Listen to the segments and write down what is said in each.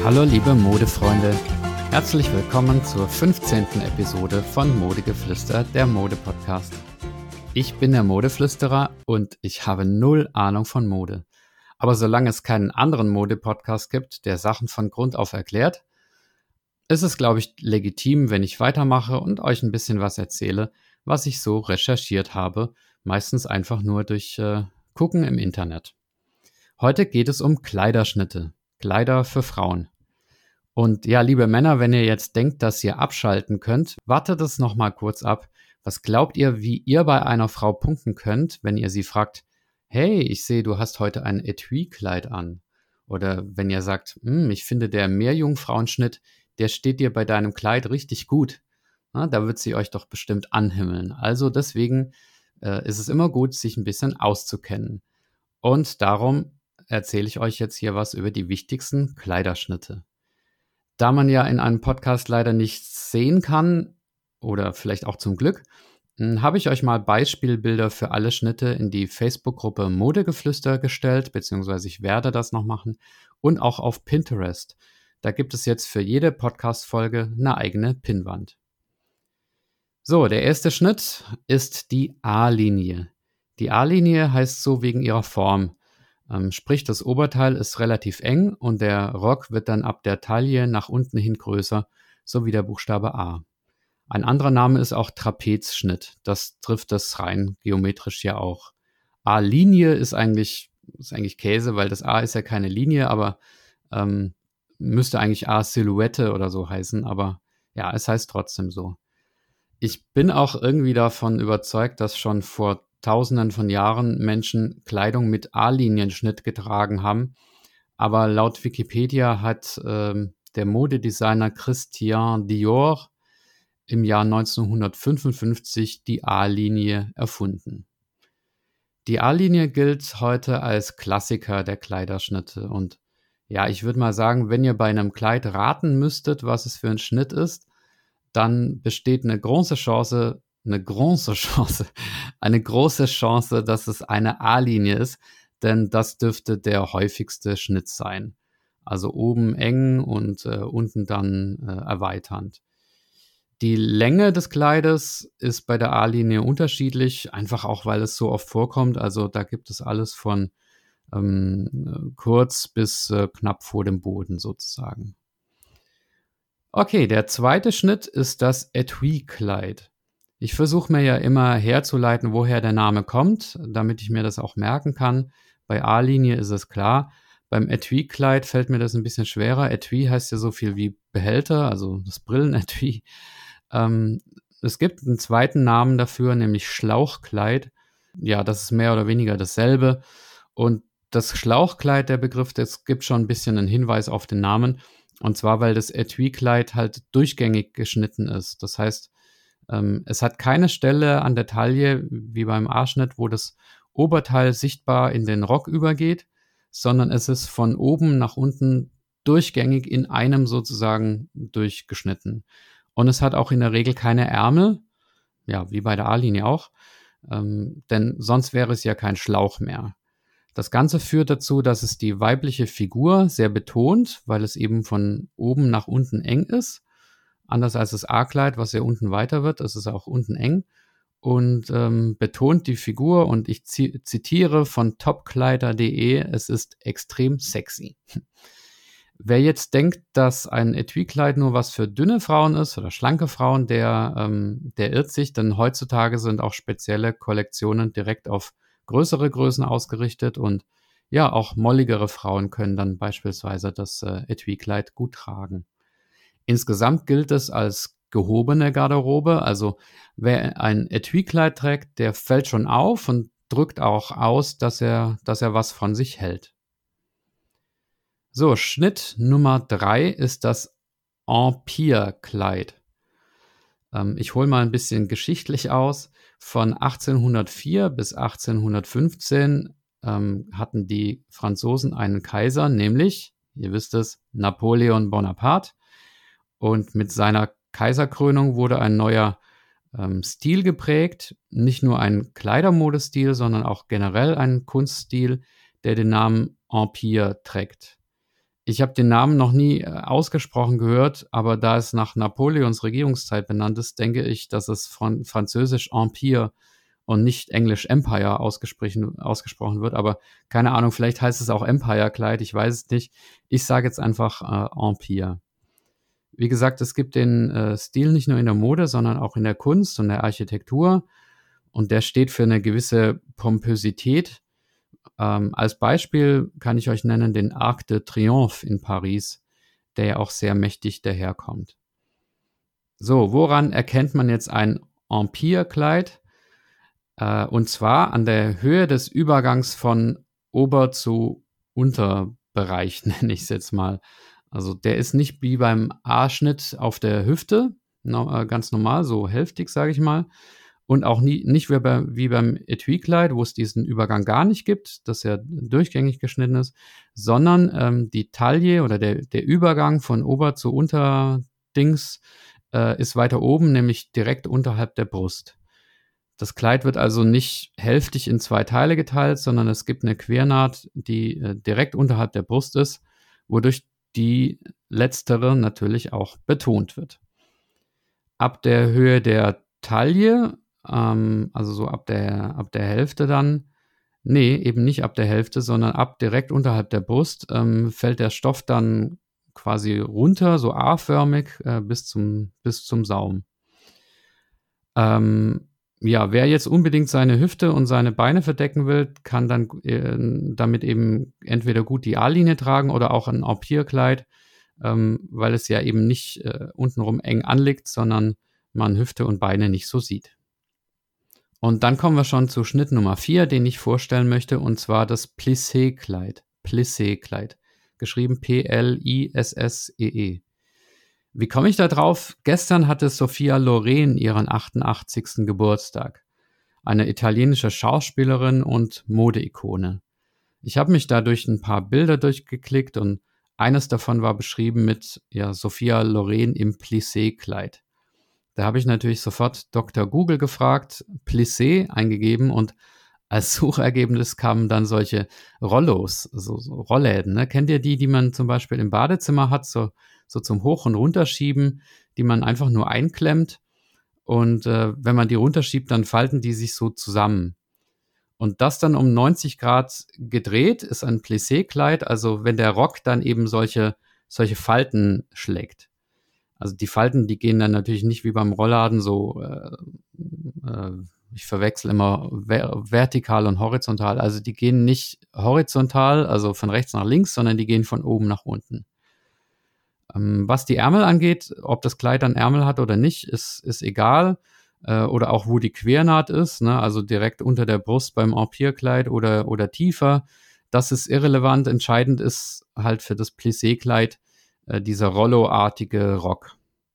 Hallo liebe Modefreunde, herzlich willkommen zur 15. Episode von Modegeflüster, der Mode-Podcast. Ich bin der Modeflüsterer und ich habe null Ahnung von Mode. Aber solange es keinen anderen Mode-Podcast gibt, der Sachen von Grund auf erklärt, ist es, glaube ich, legitim, wenn ich weitermache und euch ein bisschen was erzähle, was ich so recherchiert habe, meistens einfach nur durch Gucken im Internet. Heute geht es um Kleiderschnitte, Kleider für Frauen. Und ja, liebe Männer, wenn ihr jetzt denkt, dass ihr abschalten könnt, wartet es nochmal kurz ab. Was glaubt ihr, wie ihr bei einer Frau punkten könnt, wenn ihr sie fragt, hey, ich sehe, du hast heute ein Etui-Kleid an? Oder wenn ihr sagt, ich finde der Meerjungfrauenschnitt, der steht dir bei deinem Kleid richtig gut. Na, da wird sie euch doch bestimmt anhimmeln. Also deswegen ist es immer gut, sich ein bisschen auszukennen. Und darum erzähle ich euch jetzt hier was über die wichtigsten Kleiderschnitte. Da man ja in einem Podcast leider nichts sehen kann, oder vielleicht auch zum Glück, habe ich euch mal Beispielbilder für alle Schnitte in die Facebook-Gruppe Modegeflüster gestellt, beziehungsweise ich werde das noch machen, und auch auf Pinterest. Da gibt es jetzt für jede Podcast-Folge eine eigene Pinnwand. So, der erste Schnitt ist die A-Linie. Die A-Linie heißt so wegen ihrer Form. Sprich, das Oberteil ist relativ eng und der Rock wird dann ab der Taille nach unten hin größer, so wie der Buchstabe A. Ein anderer Name ist auch Trapezschnitt. Das trifft das rein geometrisch ja auch. A-Linie ist eigentlich Käse, weil das A ist ja keine Linie, aber müsste eigentlich A-Silhouette oder so heißen. Aber ja, es heißt trotzdem so. Ich bin auch irgendwie davon überzeugt, dass schon vor Tausenden von Jahren Menschen Kleidung mit A-Linienschnitt getragen haben. Aber laut Wikipedia hat der Modedesigner Christian Dior im Jahr 1955 die A-Linie erfunden. Die A-Linie gilt heute als Klassiker der Kleiderschnitte. Und ja, ich würde mal sagen, wenn ihr bei einem Kleid raten müsstet, was es für ein Schnitt ist, dann besteht eine große Chance, dass es eine A-Linie ist, denn das dürfte der häufigste Schnitt sein. Also oben eng und unten dann erweiternd. Die Länge des Kleides ist bei der A-Linie unterschiedlich, einfach auch, weil es so oft vorkommt. Also da gibt es alles von kurz bis knapp vor dem Boden sozusagen. Okay, der zweite Schnitt ist das Etui-Kleid. Ich versuche mir ja immer herzuleiten, woher der Name kommt, damit ich mir das auch merken kann. Bei A-Linie ist es klar. Beim Etui-Kleid fällt mir das ein bisschen schwerer. Etui heißt ja so viel wie Behälter, also das Brillenetui. Es gibt einen zweiten Namen dafür, nämlich Schlauchkleid. Ja, das ist mehr oder weniger dasselbe. Und das Schlauchkleid, der Begriff, das gibt schon ein bisschen einen Hinweis auf den Namen. Und zwar, weil das Etui-Kleid halt durchgängig geschnitten ist. Das heißt, es hat keine Stelle an der Taille wie beim A-Schnitt, wo das Oberteil sichtbar in den Rock übergeht, sondern es ist von oben nach unten durchgängig in einem sozusagen durchgeschnitten. Und es hat auch in der Regel keine Ärmel, ja, wie bei der A-Linie auch, denn sonst wäre es ja kein Schlauch mehr. Das Ganze führt dazu, dass es die weibliche Figur sehr betont, weil es eben von oben nach unten eng ist. Anders als das A-Kleid, was ja unten weiter wird, ist es auch unten eng und betont die Figur. Und ich zitiere von topkleider.de, es ist extrem sexy. Wer jetzt denkt, dass ein Etui-Kleid nur was für dünne Frauen ist oder schlanke Frauen, der irrt sich, denn heutzutage sind auch spezielle Kollektionen direkt auf größere Größen ausgerichtet und ja, auch molligere Frauen können dann beispielsweise das Etui-Kleid gut tragen. Insgesamt gilt es als gehobene Garderobe, also wer ein Etui-Kleid trägt, der fällt schon auf und drückt auch aus, dass er was von sich hält. So, Schnitt Nummer 3 ist das Empire-Kleid. Ich hole mal ein bisschen geschichtlich aus. Von 1804 bis 1815 hatten die Franzosen einen Kaiser, nämlich, ihr wisst es, Napoleon Bonaparte. Und mit seiner Kaiserkrönung wurde ein neuer Stil geprägt. Nicht nur ein Kleidermodestil, sondern auch generell ein Kunststil, der den Namen Empire trägt. Ich habe den Namen noch nie ausgesprochen gehört, aber da es nach Napoleons Regierungszeit benannt ist, denke ich, dass es von französisch Empire und nicht englisch Empire ausgesprochen wird. Aber keine Ahnung, vielleicht heißt es auch Empire-Kleid, ich weiß es nicht. Ich sage jetzt einfach Empire. Wie gesagt, es gibt den Stil nicht nur in der Mode, sondern auch in der Kunst und der Architektur. Und der steht für eine gewisse Pompösität. Als Beispiel kann ich euch nennen den Arc de Triomphe in Paris, der ja auch sehr mächtig daherkommt. So, woran erkennt man jetzt ein Empire-Kleid? Und zwar an der Höhe des Übergangs von Ober- zu Unterbereich, nenne ich es jetzt mal. Also der ist nicht wie beim A-Schnitt auf der Hüfte, ganz normal, so hälftig, sage ich mal. Und auch nicht wie beim Etui-Kleid, wo es diesen Übergang gar nicht gibt, das ja durchgängig geschnitten ist, sondern die Taille oder der Übergang von Ober- zu Unterdings ist weiter oben, nämlich direkt unterhalb der Brust. Das Kleid wird also nicht hälftig in 2 Teile geteilt, sondern es gibt eine Quernaht, die direkt unterhalb der Brust ist, wodurch die letztere natürlich auch betont wird. Ab der Höhe der Taille, also so ab der Hälfte dann, nee, eben nicht ab der Hälfte, sondern ab direkt unterhalb der Brust, fällt der Stoff dann quasi runter, so A-förmig, bis zum Saum. Ja, wer jetzt unbedingt seine Hüfte und seine Beine verdecken will, kann dann damit eben entweder gut die A-Linie tragen oder auch ein Empire-Kleid, weil es ja eben nicht untenrum eng anliegt, sondern man Hüfte und Beine nicht so sieht. Und dann kommen wir schon zu Schnitt Nummer 4, den ich vorstellen möchte, und zwar das Plissé-Kleid. Plissé-Kleid. Geschrieben P-L-I-S-S-E-E. Wie komme ich da drauf? Gestern hatte Sophia Loren ihren 88. Geburtstag. Eine italienische Schauspielerin und Modeikone. Ich habe mich da durch ein paar Bilder durchgeklickt und eines davon war beschrieben mit Sophia Loren im Plissé-Kleid. Da habe ich natürlich sofort Dr. Google gefragt, Plissé eingegeben und als Suchergebnis kamen dann solche Rollos, so Rollläden. Ne? Kennt ihr die man zum Beispiel im Badezimmer hat, so zum Hoch- und Runterschieben, die man einfach nur einklemmt und wenn man die runterschiebt, dann falten die sich so zusammen. Und das dann um 90 Grad gedreht ist ein Plissé-Kleid, also wenn der Rock dann eben solche Falten schlägt. Also die Falten, die gehen dann natürlich nicht wie beim Rollladen so, ich verwechsel immer vertikal und horizontal. Also die gehen nicht horizontal, also von rechts nach links, sondern die gehen von oben nach unten. Was die Ärmel angeht, ob das Kleid dann Ärmel hat oder nicht, ist egal. Oder auch wo die Quernaht ist, ne? Also direkt unter der Brust beim Empire-Kleid oder tiefer. Das ist irrelevant. Entscheidend ist halt für das Plissé-Kleid dieser Rollo-artige Rock.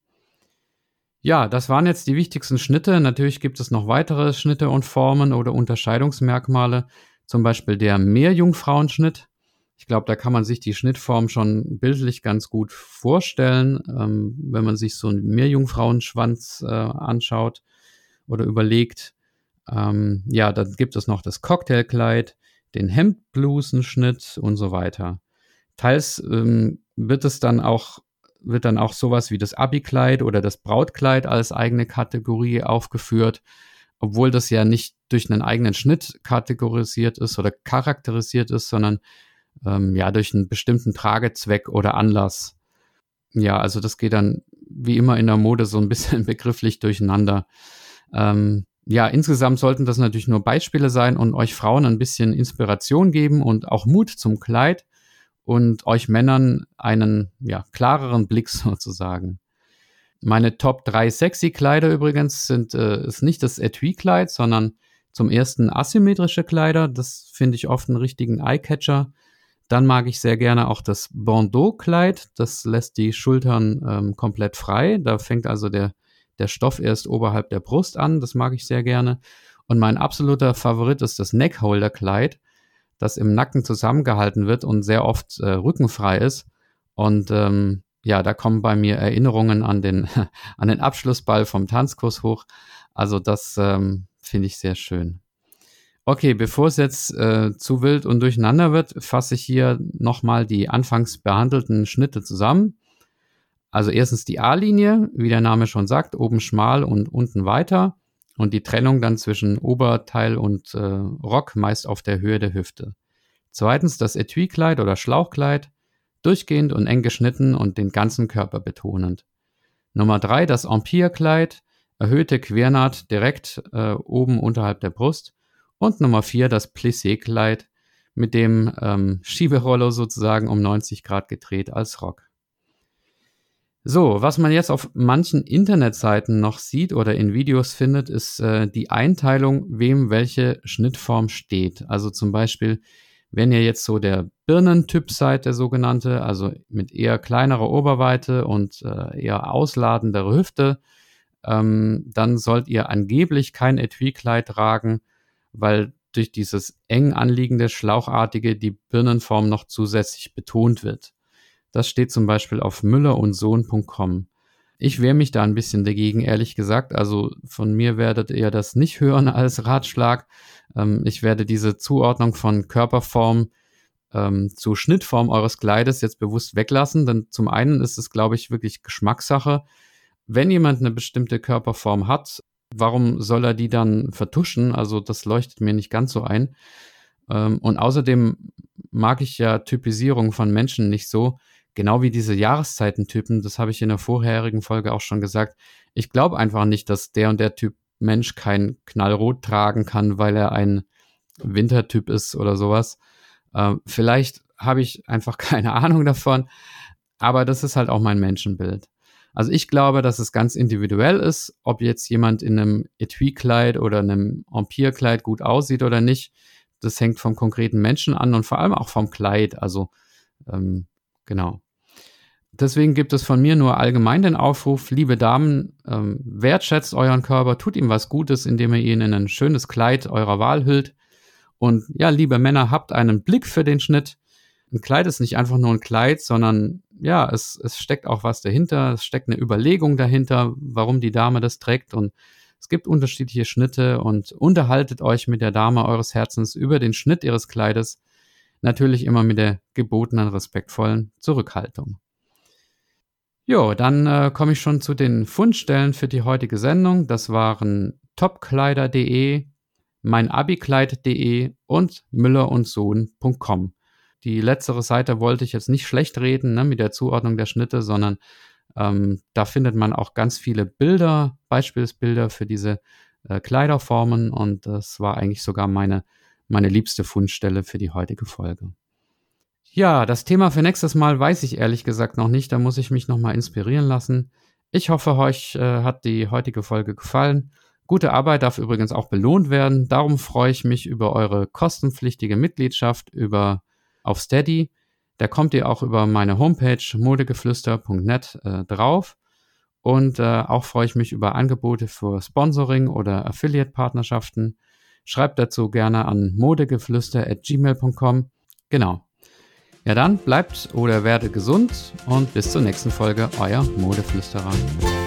Ja, das waren jetzt die wichtigsten Schnitte. Natürlich gibt es noch weitere Schnitte und Formen oder Unterscheidungsmerkmale. Zum Beispiel der Meerjungfrauenschnitt. Ich glaube, da kann man sich die Schnittform schon bildlich ganz gut vorstellen, wenn man sich so einen Meerjungfrauenschwanz anschaut oder überlegt. Dann gibt es noch das Cocktailkleid, den Hemdblusenschnitt und so weiter. Teils wird dann auch sowas wie das Abi-Kleid oder das Brautkleid als eigene Kategorie aufgeführt, obwohl das ja nicht durch einen eigenen Schnitt kategorisiert ist oder charakterisiert ist, sondern durch einen bestimmten Tragezweck oder Anlass. Ja, also das geht dann wie immer in der Mode so ein bisschen begrifflich durcheinander. Insgesamt sollten das natürlich nur Beispiele sein und euch Frauen ein bisschen Inspiration geben und auch Mut zum Kleid und euch Männern einen klareren Blick sozusagen. Meine Top 3 sexy Kleider übrigens ist nicht das Etui-Kleid, sondern zum ersten asymmetrische Kleider. Das finde ich oft einen richtigen Eyecatcher. Dann mag ich sehr gerne auch das Bandeau-Kleid. Das lässt die Schultern komplett frei. Da fängt also der Stoff erst oberhalb der Brust an. Das mag ich sehr gerne. Und mein absoluter Favorit ist das Neckholder-Kleid, das im Nacken zusammengehalten wird und sehr oft rückenfrei ist. Und da kommen bei mir Erinnerungen an den Abschlussball vom Tanzkurs hoch. Also das finde ich sehr schön. Okay, bevor es jetzt zu wild und durcheinander wird, fasse ich hier nochmal die anfangs behandelten Schnitte zusammen. Also erstens die A-Linie, wie der Name schon sagt, oben schmal und unten weiter. Und die Trennung dann zwischen Oberteil und Rock meist auf der Höhe der Hüfte. Zweitens das Etui-Kleid oder Schlauchkleid, durchgehend und eng geschnitten und den ganzen Körper betonend. Nummer 3 das Empire-Kleid, erhöhte Quernaht direkt oben unterhalb der Brust. Und Nummer 4 das Plissé-Kleid mit dem Schieberollo sozusagen um 90 Grad gedreht als Rock. So, was man jetzt auf manchen Internetseiten noch sieht oder in Videos findet, ist die Einteilung, wem welche Schnittform steht. Also zum Beispiel, wenn ihr jetzt so der Birnentyp seid, der sogenannte, also mit eher kleinerer Oberweite und eher ausladendere Hüfte, dann sollt ihr angeblich kein Etui-Kleid tragen, weil durch dieses eng anliegende, schlauchartige die Birnenform noch zusätzlich betont wird. Das steht zum Beispiel auf müllerundsohn.com. Ich wehre mich da ein bisschen dagegen, ehrlich gesagt. Also von mir werdet ihr das nicht hören als Ratschlag. Ich werde diese Zuordnung von Körperform zu Schnittform eures Kleides jetzt bewusst weglassen, denn zum einen ist es, glaube ich, wirklich Geschmackssache. Wenn jemand eine bestimmte Körperform hat, warum soll er die dann vertuschen? Also das leuchtet mir nicht ganz so ein. Und außerdem mag ich ja Typisierung von Menschen nicht so, genau wie diese Jahreszeitentypen, das habe ich in der vorherigen Folge auch schon gesagt. Ich glaube einfach nicht, dass der und der Typ Mensch kein Knallrot tragen kann, weil er ein Wintertyp ist oder sowas. Vielleicht habe ich einfach keine Ahnung davon, aber das ist halt auch mein Menschenbild. Also ich glaube, dass es ganz individuell ist, ob jetzt jemand in einem Etui-Kleid oder einem Empire-Kleid gut aussieht oder nicht. Das hängt vom konkreten Menschen an und vor allem auch vom Kleid. Also genau. Deswegen gibt es von mir nur allgemein den Aufruf, liebe Damen, wertschätzt euren Körper, tut ihm was Gutes, indem ihr ihn in ein schönes Kleid eurer Wahl hüllt. Und ja, liebe Männer, habt einen Blick für den Schnitt. Ein Kleid ist nicht einfach nur ein Kleid, sondern ja, es steckt auch was dahinter. Es steckt eine Überlegung dahinter, warum die Dame das trägt. Und es gibt unterschiedliche Schnitte und unterhaltet euch mit der Dame eures Herzens über den Schnitt ihres Kleides. Natürlich immer mit der gebotenen respektvollen Zurückhaltung. Jo, dann komme ich schon zu den Fundstellen für die heutige Sendung. Das waren topkleider.de, meinabikleid.de und müllerundsohn.com. Die letztere Seite wollte ich jetzt nicht schlecht reden, ne, mit der Zuordnung der Schnitte, sondern da findet man auch ganz viele Bilder, Beispielsbilder für diese Kleiderformen und das war eigentlich sogar meine liebste Fundstelle für die heutige Folge. Ja, das Thema für nächstes Mal weiß ich ehrlich gesagt noch nicht, da muss ich mich nochmal inspirieren lassen. Ich hoffe, euch hat die heutige Folge gefallen. Gute Arbeit darf übrigens auch belohnt werden, darum freue ich mich über eure kostenpflichtige Mitgliedschaft auf Steady. Da kommt ihr auch über meine Homepage modegeflüster.net drauf. Und auch freue ich mich über Angebote für Sponsoring oder Affiliate-Partnerschaften. Schreibt dazu gerne an modegeflüster@gmail.com. Genau. Ja dann, bleibt oder werdet gesund und bis zur nächsten Folge, euer Modeflüsterer.